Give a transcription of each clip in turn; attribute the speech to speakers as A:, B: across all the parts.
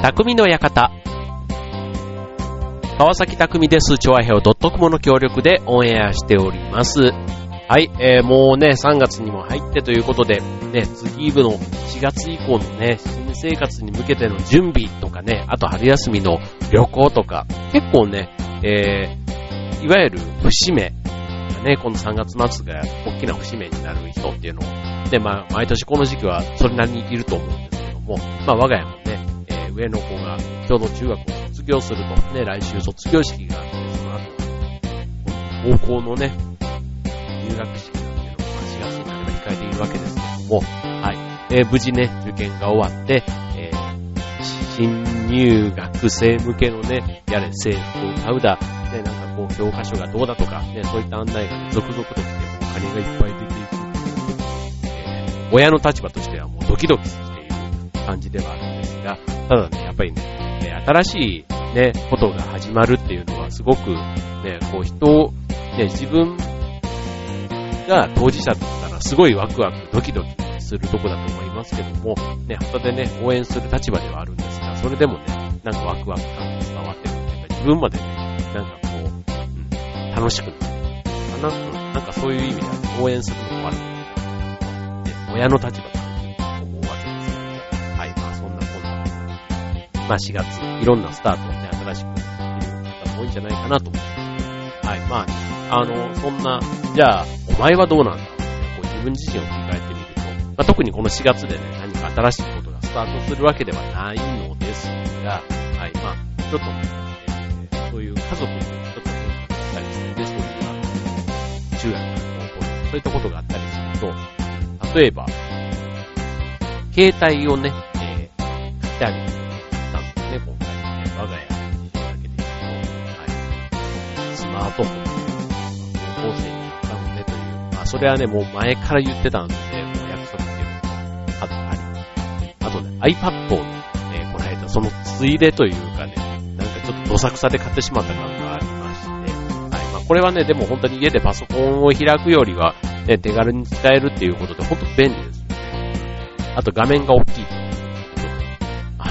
A: 匠の館。川崎匠です。チョアヘオ.comの協力でオンエアしております。はい、もうね、3月にも入ってということで、ね、次の4月以降のね、新生活に向けての準備とかね、あと春休みの旅行とか、結構ね、いわゆる節目がね、この3月末が大きな節目になる人っていうのを、で、まあ、毎年この時期はそれなりにいると思うんですけども、まあ、我が家もね、上の子がちょうど中学を卒業すると、ね、来週卒業式があって、その後、高校のね、入学式っていうのを4月になれば控えているわけですけども、はい。無事ね、受験が終わって、新入学生向けのね、やれ制服を買うだ、ね、なんかこう、教科書がどうだとか、ね、そういった案内がね、続々と来て、お金がいっぱい出ていく。親の立場としてはもうドキドキしている感じではあるんですが、ただね、やっぱりね、新しいね、ことが始まるっていうのはすごくね、こう人を、ね、自分が当事者だったらすごいワクワクドキドキするとこだと思いますけども、ね、旗でね、応援する立場ではあるんですが、それでもね、なんかワクワク感が伝わってくるっていうか、自分までね、なんかこう、楽しくなるかな、なんかそういう意味では応援するのもあるんですが、ね、親の立場で思うわけですよね。はい、まあそんなこんな。まあ4月、いろんなスタートをね、新しく見る方も多いんじゃないかなと思います。はい、まあ、そんな、じゃあ、お前はどうなんだこう自分自身を振り返ってみると、まあ、特にこの4月でね、何か新しいことがスタートするわけではないのですが、はい、まあ、ちょっとね、そういう家族にちょっと変化したりして、そういう中学の高校そういったことがあったりすると、例えば、携帯をね、買ってあげてたんですね、今回ね、我が家にかけていると、はい、スマートフォン、高校生になったのでという、まあ、それはね、もう前から言ってたので、もう約束っていうのがあり、あとね、iPad をね、この間、そのついでというかね、なんかちょっとどさくさで買ってしまった感がありまして、はい、まあ、これはね、でも本当に家でパソコンを開くよりは、ね、手軽に使えるっていうことで、本当便利ですよね。あと画面が大きいと。はい。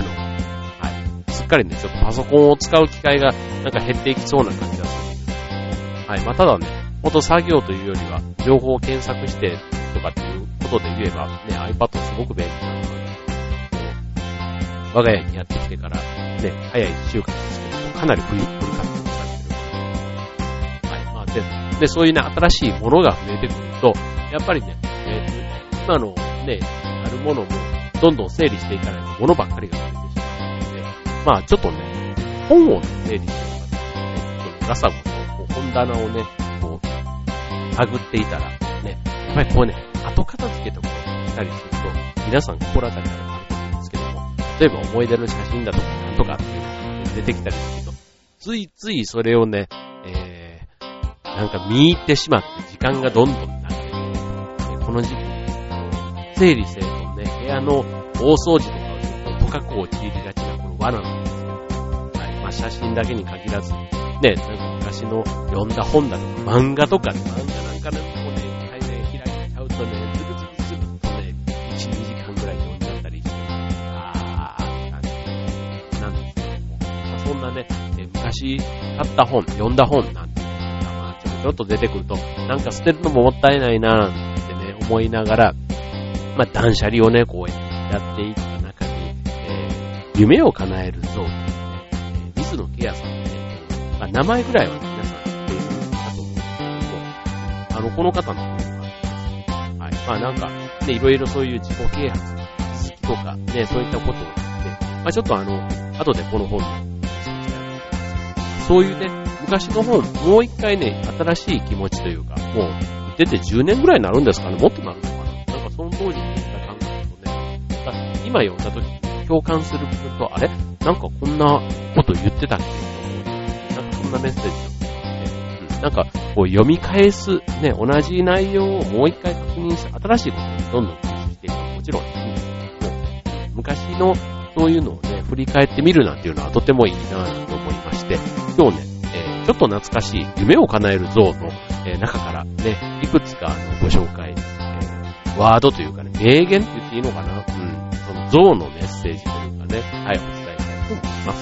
A: すっかりね、ちょっとパソコンを使う機会がなんか減っていきそうな感じがするんですけど、はい。まあ、ただね、本当作業というよりは、情報を検索してとかっていうことで言えば、ね、iPad すごく便利なので、我が家にやってきてから、ね、早い1週間ですけども、かなりフル活動されてる。はい。まあ、で、そういうね、新しいものが増えてくると、やっぱりね、今のね、あるものもどんどん整理していかないとものばっかりが増えてしまうので、まあちょっとね、本を、ね、整理していかないとね、ガサゴソ、本棚をね、こう、探っていたら、ね、やっぱりこうね、後片付けとかをしたりすると、皆さん心当たりがあると思うんですけども、例えば思い出の写真だとかなんとかっていうのが出てきたりすると、ついついそれをね、なんか見入ってしまって時間がどんどん流れていく。この時期整理整頓ね、部屋の大掃除とかをすると、とかく陥りがちなこの罠なんですけど、はい。まあ写真だけに限らず、ね、なんか昔の読んだ本だとか、漫画とか、漫画なんかね、こうね、一回ね、開いちゃうとね、ズルズルズルとね、1、2時間ぐらい読んじゃったりして、なんですけども、まあ、そんなね、昔買った本、読んだ本なんていうのが、まあちょっと出てくると、なんか捨てるのももったいないなーってね、思いながら、まあ、断捨離をね、こうやっていった中に、夢を叶える像、水野ケアさんのね、まあ、名前ぐらいは、ね、皆さん知っているかと思うんですけども、この方の本があります。はい。まあなんか、ね、いろいろそういう自己啓発、気づきとか、ね、そういったことをね、まあちょっと後でこの本の話をしたいと思います。そういうね、昔の本、もう一回ね、新しい気持ちというか、もう、出て10年ぐらいになるんですかね、もっとなるのかな。なんかその当時に言った感覚とね、今読んだ時に共感する部分と、あれなんかこんなこと言ってたっけなんかそんなメッセージとかね、なんかこう読み返す、ね、同じ内容をもう一回確認して、新しいことにどんどん吸収していく。もちろんいいんですけども、昔のそういうのをね、振り返ってみるなんていうのはとてもいいなと思いまして、今日ね、ちょっと懐かしい夢を叶える像の、中からね、いくつかご紹介、ワードというかね、名言って言っていいのかな、その像のメッセージというかね、はい、お伝えしたいと思います。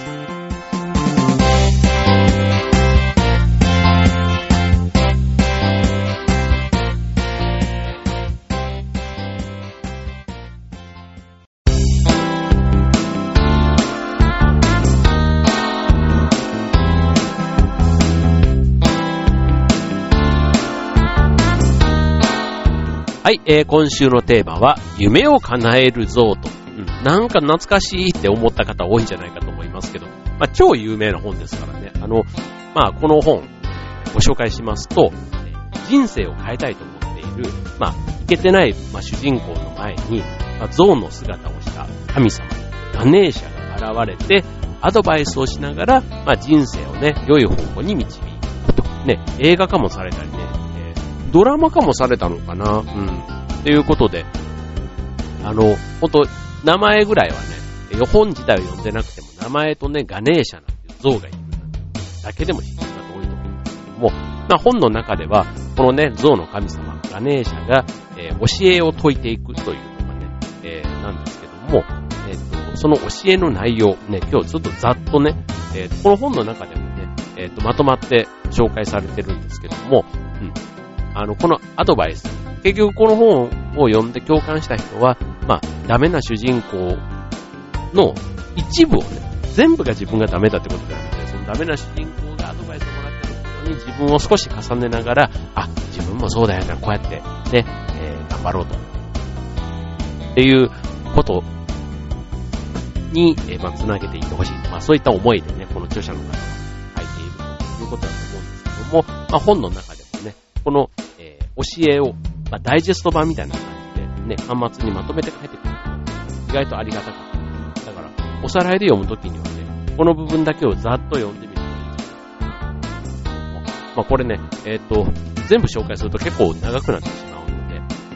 A: はい、今週のテーマは夢を叶える像と、なんか懐かしいって思った方多いんじゃないかと思いますけど、超有名な本ですからね。この本、ご紹介しますと、人生を変えたいと思っている、いけてない、主人公の前に、像の姿をした神様、ガネーシャが現れて、アドバイスをしながら、人生をね、良い方向に導くと。ね、映画化もされたりね、ドラマ化もされたのかな、ということで、ほんと、名前ぐらいはね、本自体を読んでなくても、名前とね、ガネーシャなんていう像がいるだけでも非常に多いと思うんですけども、本の中では、このね、像の神様、ガネーシャが、教えを説いていくというのがね、なんですけども、その教えの内容、ね、今日ちょっとざっとね、この本の中でもね、まとまって紹介されてるんですけども、このアドバイス、結局この本を読んで共感した人は、ダメな主人公の一部をね、全部が自分がダメだってことじゃなくて、そのダメな主人公がアドバイスをもらってることに自分を少し重ねながら、自分もそうだよな、こうやってね、頑張ろうと。っていうことに、つなげていってほしい。そういった思いでね、この著者の方が書いているということだと思うんですけども、本の中でもね、この、教えを、ダイジェスト版みたいな感じで、ね、端末にまとめて書いてくれる。意外とありがたかった。だから、おさらいで読むときにはね、この部分だけをざっと読んでみるといいんじゃないかなと思うんですけども、これね、全部紹介すると結構長くなってしまうので、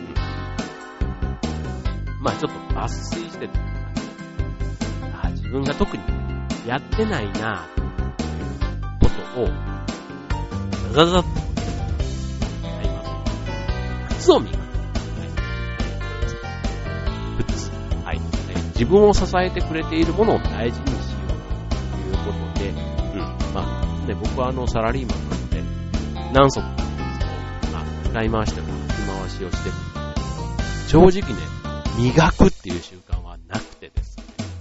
A: ちょっと抜粋してて、自分が特にやってないなぁ、ということを、ザザザッと靴を磨く。靴。はい。自分を支えてくれているものを大事にしようということで、僕はサラリーマンなので、何足も使い回しても履き回しをしてるんですけど、正直ね、磨くっていう習慣はなくてですね。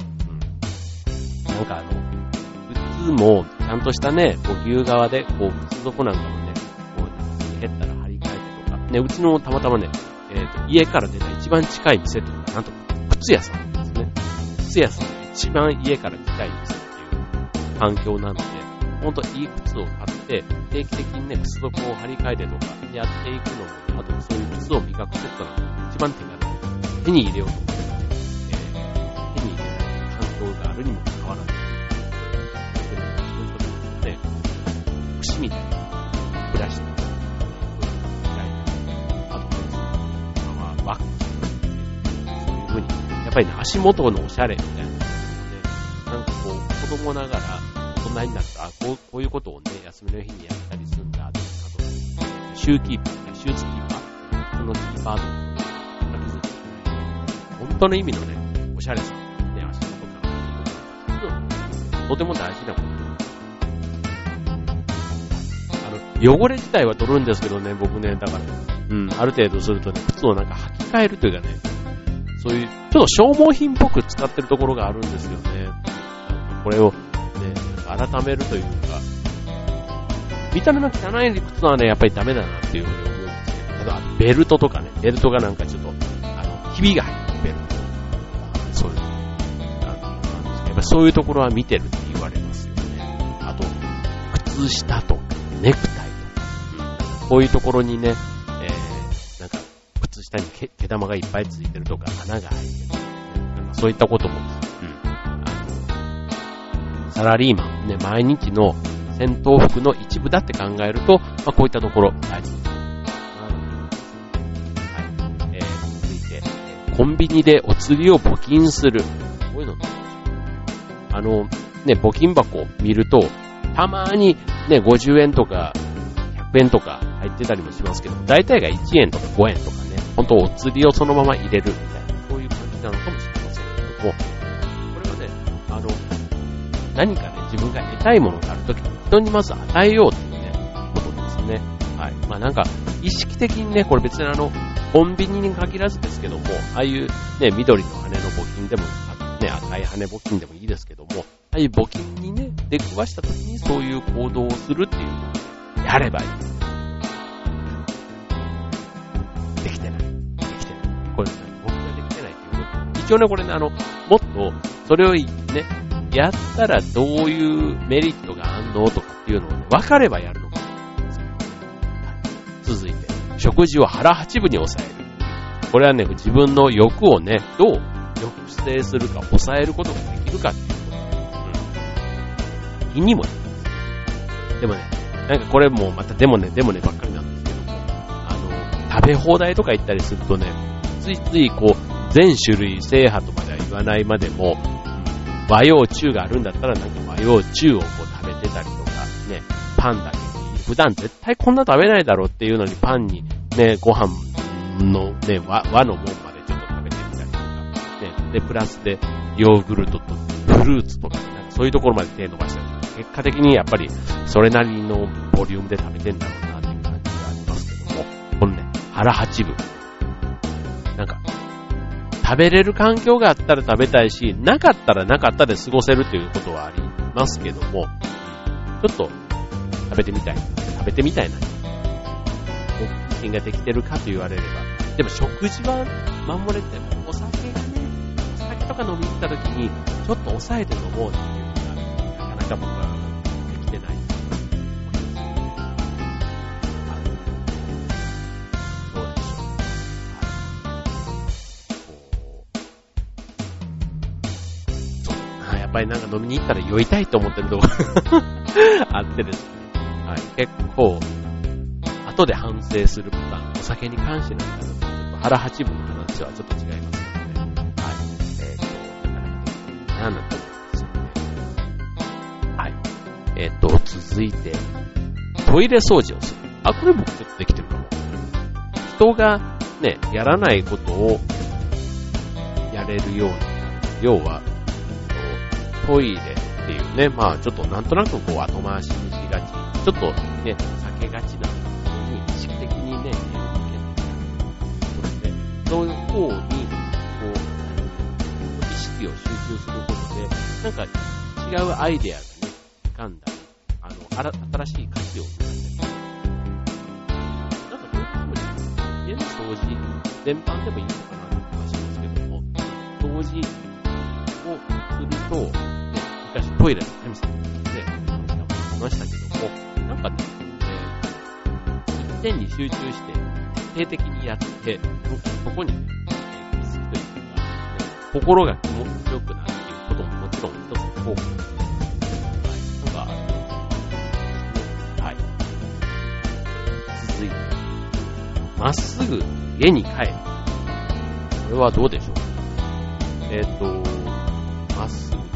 A: 靴もちゃんとしたね、牛革で、靴底なんかもね、減ったら張り替えてとか、ね、うちのたまたまね、家から出た一番近い店というのが、なんと靴屋さんですね。靴屋さんが一番家から近い店っていう環境なので、ほんといい靴を買って、定期的にね、靴底を張り替えてとか、やっていくのも、ね、あとそういう靴を磨くセットなので、一番手軽に手に入れようと思って、手に入れない環境があるにもかかわらず、そういうことですね、串みたいなブラシとか、バッグ、そういう風に、やっぱりね、足元のおしゃれみたいなので、なんか子供ながら大人になったら、こういうことをね、休みの日にやったりするんだ、あと、シューツキーパー、そのキーパーとか、本当の意味のね、おしゃれさ、ね、足元から、とても大事なこと。汚れ自体は取るんですけどね、僕ね、だから、ある程度するとね、靴をなんか履き替えるというかね、そういう、ちょっと消耗品っぽく使ってるところがあるんですよね。これをね、改めるというか、見た目の汚い靴はね、やっぱりダメだなっていうふうに思うんですけど、ただ、ベルトとかね、ベルトがなんかちょっと、ひびが入ったベルト。そういう、やっぱそういうところは見てるって言われますよね。あと、靴下とか、ネクタイとか、こういうところにね、なんか、靴下に毛玉がいっぱいついてるとか、穴が開いてるとか、なんかそういったことも、サラリーマン、ね、毎日の戦闘服の一部だって考えると、こういったところ大事になる。はい。続いて、コンビニでお釣りを募金する。こういうのね、募金箱を見ると、たまにね、50円とか100円とか入ってたりもしますけど、大体が1円とか5円とかね、本当お釣りをそのまま入れるみたいな、そういう感じなのかもしれませんけども、これはね、 何かね、自分が得たいものがあるときに人にまず与えようっていうね、ことですね。はい。まあなんか、意識的にね、これ別にコンビニに限らずですけども、ああいうね、緑の羽の募金でも、ね、赤い羽募金でもいいですけども、ああいう募金にね、出くわしたときにそういう行動をするっていうのをやればいい。できてない。これ、僕ができてないっていうこと。一応ね、これね、もっと、それをね、やったらどういうメリットがあんのとかっていうのをね、分かればやるのか。続いて、食事を腹八分に抑える。これはね、自分の欲をね、どう抑制するか、抑えることができるかっていうことで、日にもね、でもね、なんかこれもまたでもねばっかりなんですけども、食べ放題とか行ったりするとね、ついついこう、全種類制覇とまでは言わないまでも、和洋中があるんだったらなんか和洋中をこう食べてたりとか、ね、パンだけに、普段絶対こんな食べないだろうっていうのにパンにね、ご飯のね、和のもんまでちょっと食べてみたりとか、ね、で、プラスでヨーグルトとフルーツとか、ね、そういうところまで手伸ばしたりとか、結果的にやっぱりそれなりのボリュームで食べてんだろうなっていう感じがありますけども、このね、腹八分。なんか、食べれる環境があったら食べたいし、なかったらなかったで過ごせるということはありますけども、ちょっと食べてみたいな。腹筋ができてるかと言われれば。でも食事は守れても、お酒とか飲みに行った時に、ちょっと抑えて飲もうっていうのが、なかなか僕はできてない。やっぱりなんか飲みに行ったら酔いたいと思ってるところあってですね。はい、結構、後で反省するパターン、お酒に関してなんかちょっと腹八分の話はちょっと違いますので、はい、なんだと思うんですよね。はい。続いて、トイレ掃除をする。これ僕ちょっとできてるかも。人がね、やらないことをやれるようになる。要は、トイレっていうね、まあちょっとなんとなくこう後回しにしがち、ちょっとね、避けがちなのに意識的にね、そういう方にこう意識を集中することで、なんか違うアイデアがね、浮かんだり、新しい価値を生んだり、なんかどういうつもりですか？家の掃除全般でもいいのかなって気がしますけども、掃除をすると、昔トイレの神様で話しましたけども、なんかね、一点に集中して徹底的にやって、そこにね、気づくというか、心が気持ちよくなるっていうことももちろん一つの効果です。はい、なんかあるとですね。はい。続いて、まっすぐ家に帰る。これはどうでしょう？まっすぐ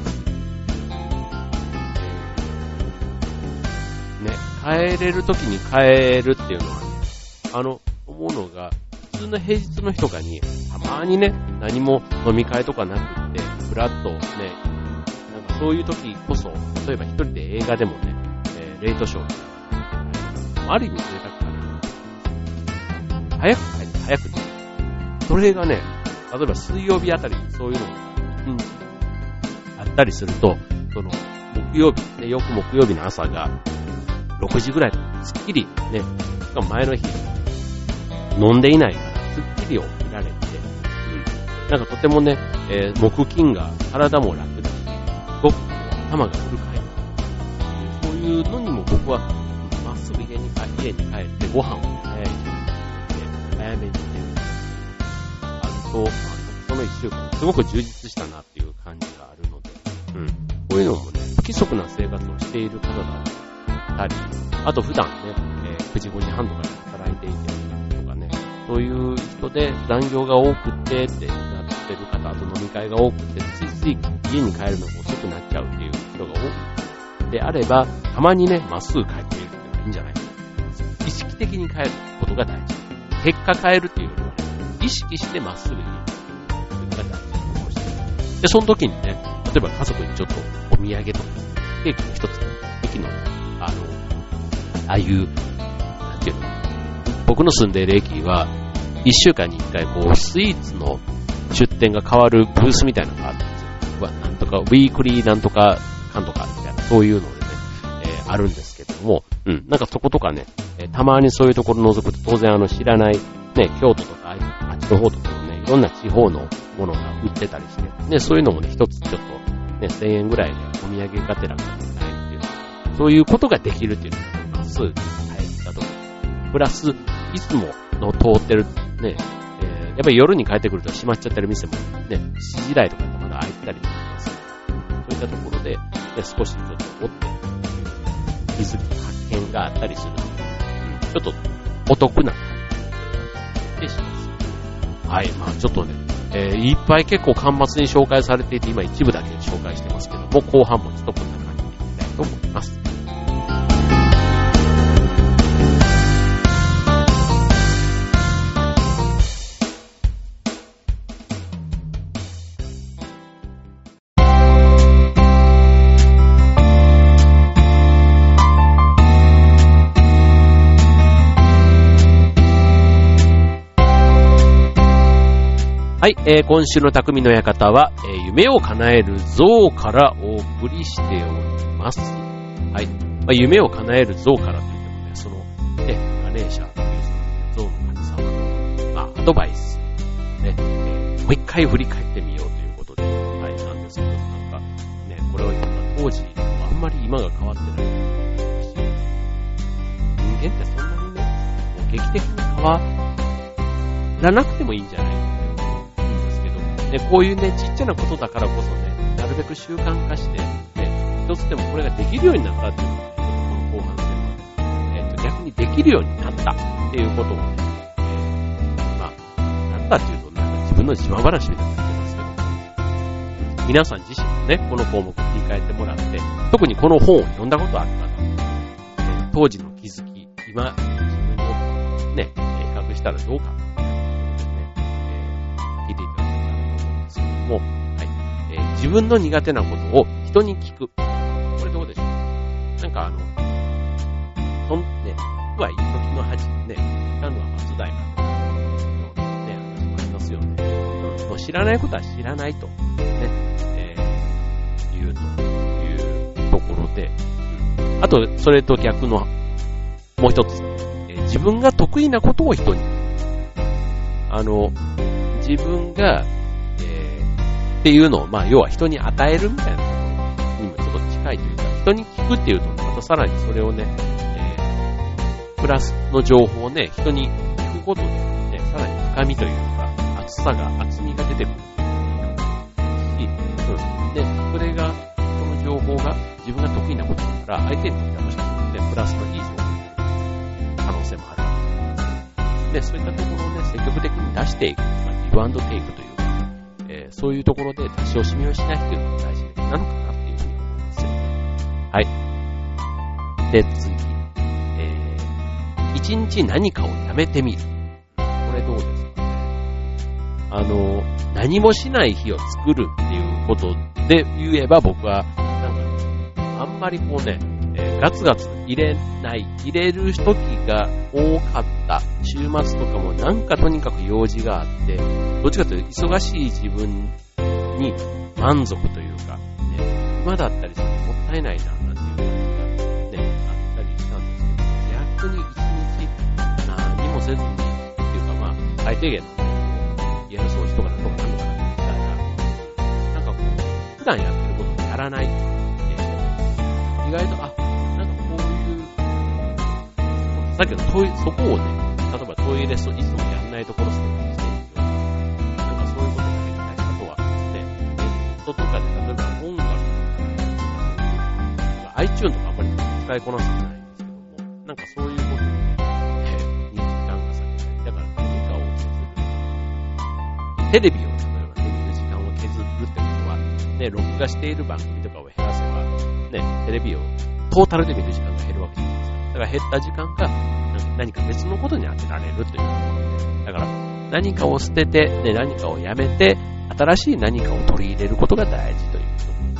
A: 帰れるときに帰るっていうのはね、思うのが、普通の平日の日とかに、たまにね、何も飲み会とかなくって、フラッとね、なんかそういうときこそ、例えば一人で映画でもね、レイトショーとか、ある意味贅沢かな。早く帰って、早く寝る。それがね、例えば水曜日あたりにそういうのが、あったりすると、その、木曜日、ね、よく木曜日の朝が、6時ぐらいですっきりね、しかも前の日飲んでいないからすっきり起きられて、なんかとてもね、木金が体も楽だし、すごく頭がフル回転。そういうのにも僕はまっすぐ家に帰ってご飯を早い時間に早めにね、あると、その1週間すごく充実したなっていう感じがあるので、こういうのもね、不規則な生活をしている方だったり、あと普段ね、9時5時半とかで働いていてとかね、そういう人で残業が多くてってなってる方、あと飲み会が多くて、ついつい家に帰るのが遅くなっちゃうっていう人が多くであれば、たまにね、まっすぐ帰ってみるっていうのがいいんじゃないかと思います。意識的に帰ることが大事。結果帰るっていうよりはね、意識してまっすぐ家に帰るっていうのが大事かもしれない。で、その時にね、例えば家族にちょっとお土産とか、ケーキの一つ、駅の、ああいう、なんていうの、僕の住んでいる駅は、1週間に1回、こう、スイーツの出店が変わるブースみたいなのがあるんですよ。なんとか、ウィークリーなんとか、かんとか、みたいな、そういうのでね、あるんですけども、なんかそことかね、たまにそういうところ覗くと、当然知らない、ね、京都とか、あっちの方とかもね、いろんな地方のものが売ってたりして、ね、そういうのもね、一つちょっと、ね、1000円ぐらいでお土産がてら買えるっていう、そういうことができるっていうのがあります。はい、だと。プラス、いつもの通ってる、ね、やっぱり夜に帰ってくると閉まっちゃってる店もね、7時台とかってまだ開いてたりもします。そういったところで、ね、少しちょっと追って、気づき、発見があったりするので、ちょっとお得な感じでします。はい、まあちょっとね、いっぱい結構間末に紹介されていて、今一部だけ紹介してますけども、後半もちょっとこんな感じでいきたいと思います。はい、今週の匠の館は、夢を叶える像からお送りしております。はい、まあ、夢を叶える像からといってもね、そのね、ガネーシャというその像の神様の、まあ、アドバイスね、もう一回振り返ってみようということで、はい、なんですけど、なんかね、これを読んだ当時、あんまり今が変わってないし、人間ってそんなにね、もう劇的に変わらなくてもいいんじゃないね、こういうね、ちっちゃなことだからこそね、なるべく習慣化して、ね、一つでもこれができるようになったっていうのが、この後半戦は、逆にできるようになったっていうことをね、まあ、なったっていうと、なんか自分の自慢話みたいになってますけど、皆さん自身もね、この項目を振り返ってもらって、特にこの本を読んだことある方、当時の気づき、今、自分のね、比較したらどうか、聞いていただけたらと思うんですけども、はい、自分の苦手なことを人に聞く。これどうでしょう？なんかね、はいい時の恥ね、聞かぬは松平ね、話もありますよね。もう知らないことは知らないと、ね、言うというところで、あと、それと逆の、もう一つ、自分が得意なことを人に自分が、っていうのを、まあ、要は人に与えるみたいなことにもちょっと近いというか、人に聞くっていうと、またさらにそれをね、プラスの情報をね、人に聞くことで、ね、さらに深みというか、厚みが出てくるし、で、それが、その情報が自分が得意なことだから、相手にとってはもしかして、ね、プラスのいい情報可能性もあるわけです。で、そういったところをね、積極的に出していく。ギブアンドテイクというか、そういうところで出し惜しみをしないっていうのが大事なのかなっていうふうに思いますよね。はい。で、次。一日何かをやめてみる。これどうですかね。何もしない日を作るっていうことで言えば僕は、なんか、あんまりこうね、ガツガツ入れる時が多かった。週末とかもなんかとにかく用事があって、どっちかというと忙しい自分に満足というか、ね、今だったりするともったいないな、なんていう感じがね、あったりしたんですけど、逆に一日何もせずに、っていうかまあ、最低限の家の掃除とかなんとかなんとかなってきたら、なんかこう、普段やってることをやらないって意外と、なんかこういう、さっきのそこをね、例えばトイレいつもやんないところ掃除してるんですよ。なんかそういうことができない。あとはね、ネットとかで例えば音楽とか iTunes とかあんまり使いこなせてないんですけども、なんかそういうことに時間が割けたり、だから何かを削る。テレビを例えばね、見る時間を削るってことは、ね、録画している番組とかを減らせば、ね、テレビをトータルで見る時間が減るわけじゃないですか。だから減った時間が何か別のことに当てられるということで、だから何かを捨てて、ね、何かをやめて、新しい何かを取り入れることが大事というところ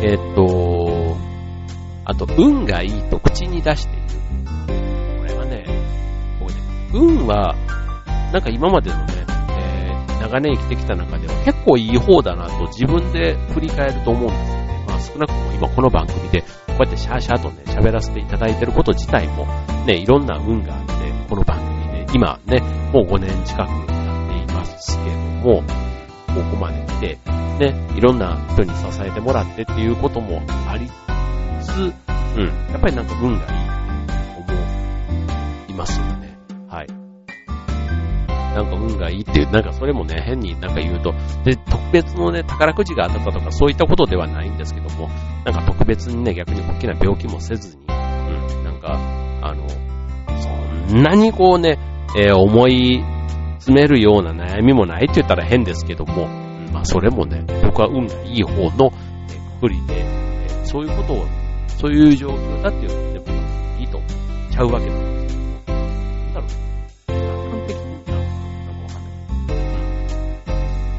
A: あと、運がいいと口に出している。これはね、運は、なんか今までのね、長年生きてきた中では結構いい方だなと自分で振り返ると思うんですよね。まあ少なくとも今この番組でこうやってシャーシャーとね、喋らせていただいてること自体もね、いろんな運があって、この番組で今ね、もう5年近くやっていますけども、ここまで来て、ね、いろんな人に支えてもらってっていうこともありつつ、やっぱりなんか運がいいって思いますよね。はい。なんか運がいいっていう、なんかそれもね、変になんか言うと、で、特別のね、宝くじが当たったとかそういったことではないんですけども、なんか特別にね、逆に大きな病気もせずに、なんか、そんなにこうね、思い詰めるような悩みもないって言ったら変ですけども、まあそれもね、僕は運がいい方のくくりで、そういうことを、そういう状況だっていうのはね、僕はいいと思っちゃうわけなんですけども、なんだろう、完璧になるのかもわかんない。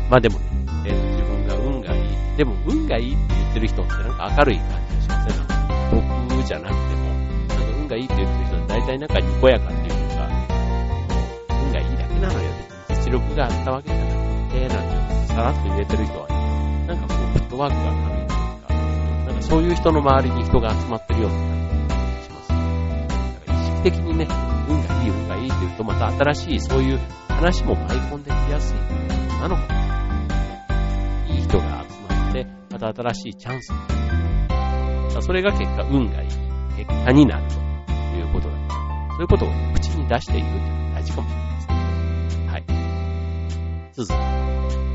A: まあでもね、自分が運がいい、でも運がいいって言ってる人ってなんか明るい感じがしません？僕じゃなくても、なんか運がいいって言ってる人って大体なんかにこやかっていうか、運がいいだけなのよ、別に実力があったわけじゃなくて、なんてさらっと言えてる人はね、なんかこうフットワークが軽いというか、なんかそういう人の周りに人が集まってるような感じがします。だから意識的にね、運がいい、運がいいって言うとまた新しいそういう話も舞い込んできやすいなのかな。いい人が集まって、また新しいチャンスになる。それが結果運がいい結果になるということだから、そういうことを、ね、口に出していくというのが大事かもしれないですね。はい。続いて、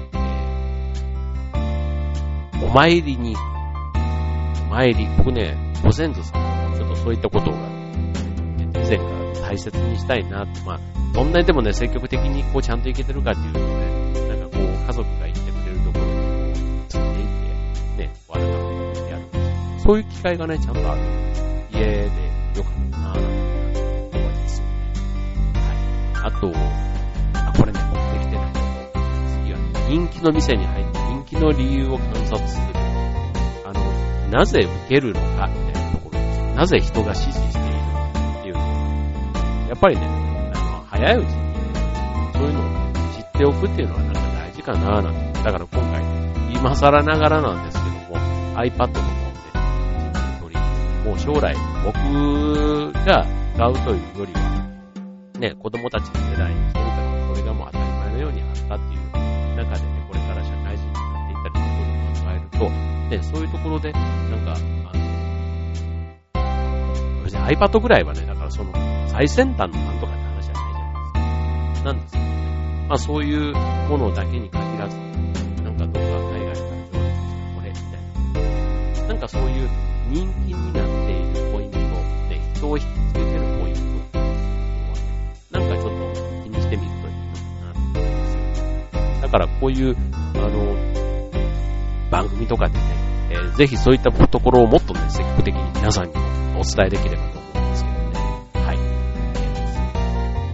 A: お参りに、僕ね、ご先祖さんとかちょっとそういったことが、以前から大切にしたいなって、まあ、そんなにでもね、積極的にこうちゃんといけてるかっていうとね、なんかこう、家族が言ってくれるところについていて、ね、改めてやる。そういう機会がね、ちゃんとある。家でよかったなぁ、なんて思いますよね。はい。あと、これね、持ってきてないけど、次は、ね、人気の店に入って人気の理由を観察する。なぜ受けるのかみたいなところです。なぜ人が支持しているのかっていうのを、やっぱりね、早いうちにそういうのを、ね、知っておくっていうのはなんか大事かなぁなんて。だから今回、今更ながらなんですけども、iPad の方で、もう将来僕が使うというよりは、ね、子供たちの世代にしてみたら、これがもう当たり前のようにあったっていう中でね、これから社会人になっていったりということを考えると、ね、そういうところで、なんか、iPad ぐらいはね、だからその、最先端のなんとかって話じゃないじゃないですか。なんですけどね。まあそういうものだけに限らず、なんかどっか海外から上手にしたこれ、みたいな。なんかそういう人気になっているポイント、ね、人を引きつけてるポイント、なんかちょっと気にしてみるといいのかなと思いますよ。だからこういう、番組とかでね、ぜひそういったところをもっとね、積極的に皆さんにお伝えできればと思うんですけどね。はい。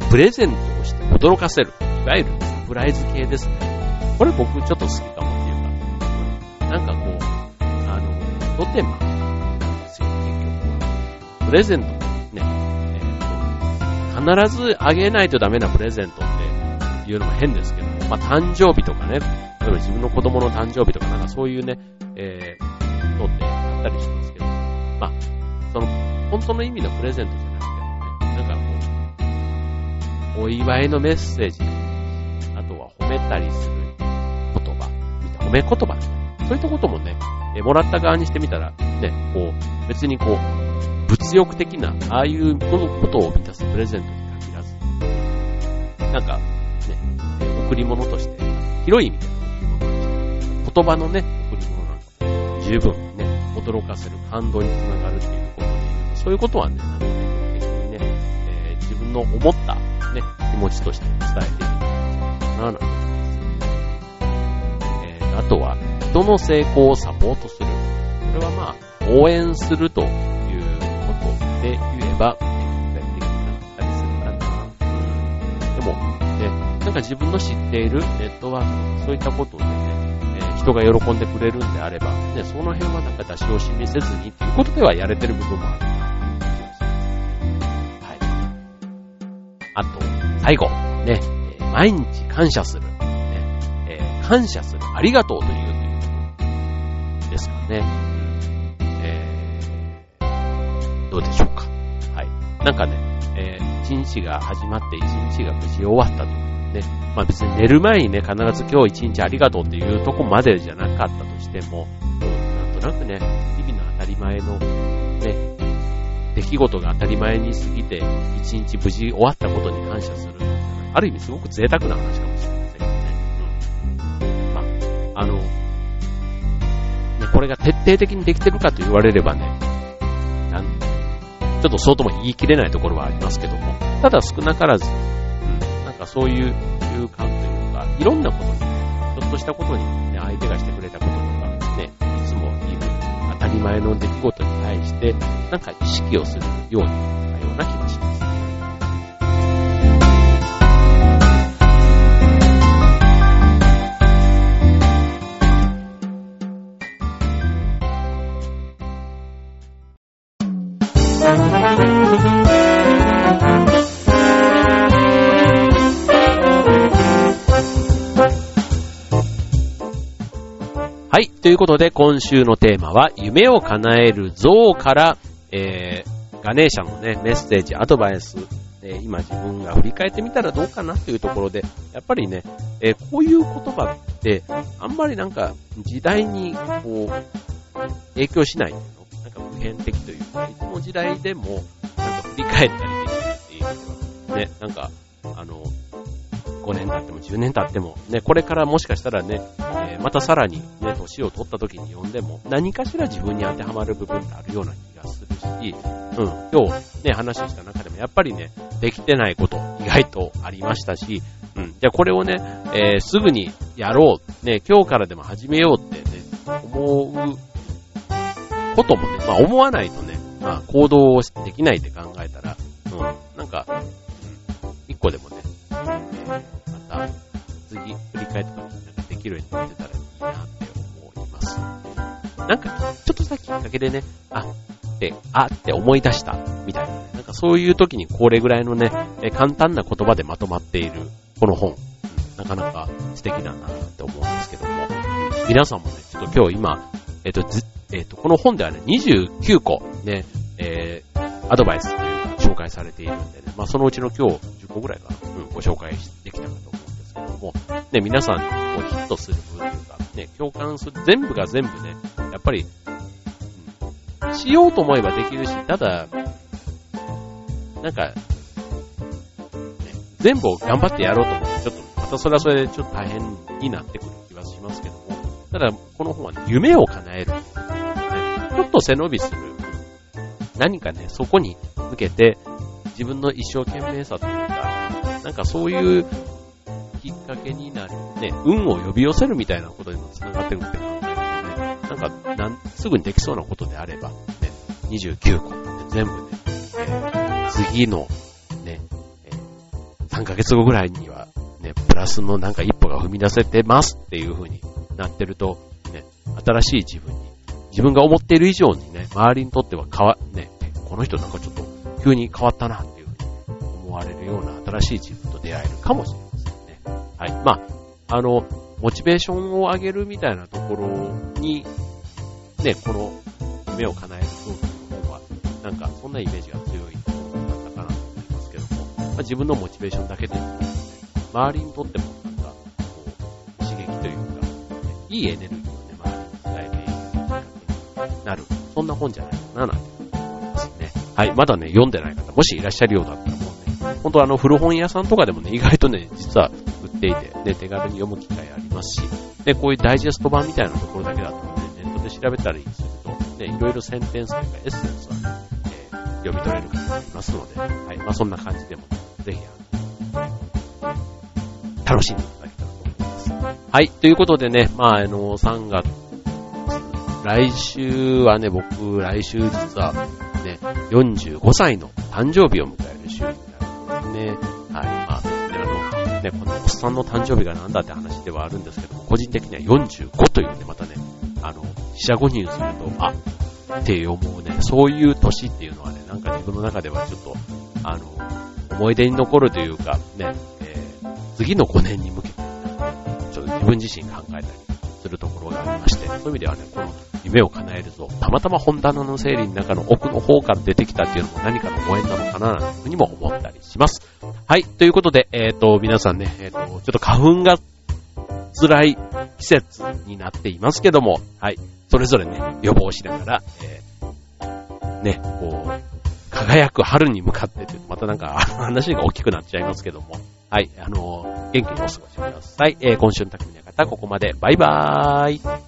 A: プレゼントをして驚かせる。いわゆるサプライズ系ですね。これ僕ちょっと好きかもっていうか、なんかこう、とても、結局はプレゼントね、必ずあげないとダメなプレゼントっていうのも変ですけども、まあ誕生日とかね、例えば自分の子供の誕生日とかなんかそういうね、のってあったりしますけど、まあその本当の意味のプレゼントじゃなくてね、なんかこうお祝いのメッセージ、あとは褒めたりする言葉、褒め言葉、そういったこともね、もらった側にしてみたら、ね、こう、別にこう、物欲的な、ああいうことを満たすプレゼントに限らず、なんか、ね、贈り物として、広い意味での贈り物として、言葉のね、贈り物なんかも、十分ね、驚かせる感動につながるっていうことで、そういうことはね、なんか積極的にね、自分の思った、ね、気持ちとして伝えていくのかな、なんて思います。あとは、人の成功をサポートする。これはまあ、応援するということで言えば、できなかったりするかな。でも、ね、なんか自分の知っているネットワークとかそういったことでね、人人が喜んでくれるんであれば、ね、その辺はなんか出し惜しみせずにっていうことではやれてる部分もあるかなという気がします。はい。あと、最後、ね、毎日感謝する。ね、感謝する。ありがとうということですかね。どうでしょうか。はい。なんかね、一日が始まって一日が無事終わったと。ね。まあ別に寝る前にね、必ず今日一日ありがとうっていうとこまでじゃなかったとしても、なんとなくね、日々の当たり前のね、出来事が当たり前に過ぎて、一日無事終わったことに感謝する。ある意味すごく贅沢な話かもしれませんね。まあ、ね、これが徹底的にできてるかと言われればね、ちょっとそうとも言い切れないところはありますけども、ただ少なからず、なんかそういう習慣というか、いろんなことに、ちょっとしたことに、ね、相手がしてくれたこととか、ね、いつも当たり前の出来事に対して、なんか意識をするようになったような気がします。はい。ということで、今週のテーマは、夢を叶える像から、ガネーシャのね、メッセージ、アドバイス、今自分が振り返ってみたらどうかなというところで、やっぱりね、こういう言葉って、あんまりなんか、時代に、こう、影響しないの。なんか普遍的というか、いつの時代でも、なんか振り返ったりできるっていう意味では、ね、なんか、5年経っても10年経っても、ね、これからもしかしたらね、またさらにね、年を取った時に読んでも、何かしら自分に当てはまる部分ってあるような気がするし、今日ね、話した中でもやっぱりね、できてないこと意外とありましたし、じゃあこれをね、すぐにやろう、ね、今日からでも始めようってね、思うこともね、まあ思わないとね、まあ行動をできないって考えたら、なんか、一個でもね、また次振り返ってなんかできるようになってたらいいなって思います。なんかちょっとしたきっかけでね、って思い出したみたいなね、なんかそういう時にこれぐらいのね、簡単な言葉でまとまっているこの本、なかなか素敵だなって思うんですけども、皆さんもね、ちょっと今日今この本ではね、29個ね、アドバイスというか紹介されているんでね、まあそのうちの今日10個ぐらいかな、ご紹介できたかと思うんですけども、ね、皆さんにこうヒットする部分というか、ね、共感する、全部が全部ね、やっぱり、しようと思えばできるし、ただ、なんか、ね、全部を頑張ってやろうと思って、ちょっと、またそれはそれでちょっと大変になってくる気はしますけども、ただ、この本は、ね、夢を叶える、ね。ちょっと背伸びする。何かね、そこに向けて、自分の一生懸命さというか、なんかそういうきっかけになる、ね、運を呼び寄せるみたいなことにもつながってくるって考えるとね、なんかすぐにできそうなことであれば、ね、29個、ね、全部ね、次の、ね、3ヶ月後ぐらいには、ね、プラスのなんか一歩が踏み出せてますっていう風になってると、ね、新しい自分に、自分が思っている以上にね、周りにとってはね、この人なんかちょっと急に変わったなっていう風に思われるような新しい自分と出会えるかもしれませんね。はい。まあ、モチベーションを上げるみたいなところに、ね、この夢を叶える部分の方は、なんかそんなイメージが強い本だったかなと思いますけども、まあ、自分のモチベーションだけで、周りにとってもなんか、こう、刺激というか、ね、いいエネルギーをね、周りに伝えていくきっかけになる、そんな本じゃないかな、なんて思いますね。はい。まだね、読んでない方、もしいらっしゃるようだったらもうね、本当古本屋さんとかでもね、意外とね、実は売っていて、ね、手軽に読む機会ありますし、で、こういうダイジェスト版みたいなところだけだとね、ネットで調べたりすると、ね、いろいろセンテンスというかエッセンスは、読み取れる方がいますので、はい。まあ、そんな感じでも、ぜひ、楽しんでいただけたらと思います。はい。ということでね、まあ、3月、来週はね、僕、来週実はね、45歳の誕生日を迎える週になるんですね。はい。まあ、ね、このおっさんの誕生日がなんだって話ではあるんですけども、 個人的には45というね、またね、四捨五入すると、って思うね、そういう年っていうのはね、なんか自分の中ではちょっと、思い出に残るというか、ね、次の5年に向けて、ちょっと自分自身考えたりするところがありまして、そういう意味ではね、この夢を叶えるぞ、たまたま本棚の整理の中の奥の方から出てきたっていうのも何かのご縁なのかな、なんていうふうにも思ったりします。はい、ということで、皆さんね、ちょっと花粉が辛い季節になっていますけども、はい、それぞれね、予防しながら、ね、こう、輝く春に向かってというと、またなんか話が大きくなっちゃいますけども、はい、元気にお過ごしください。今週の匠の方、ここまで。バイバーイ。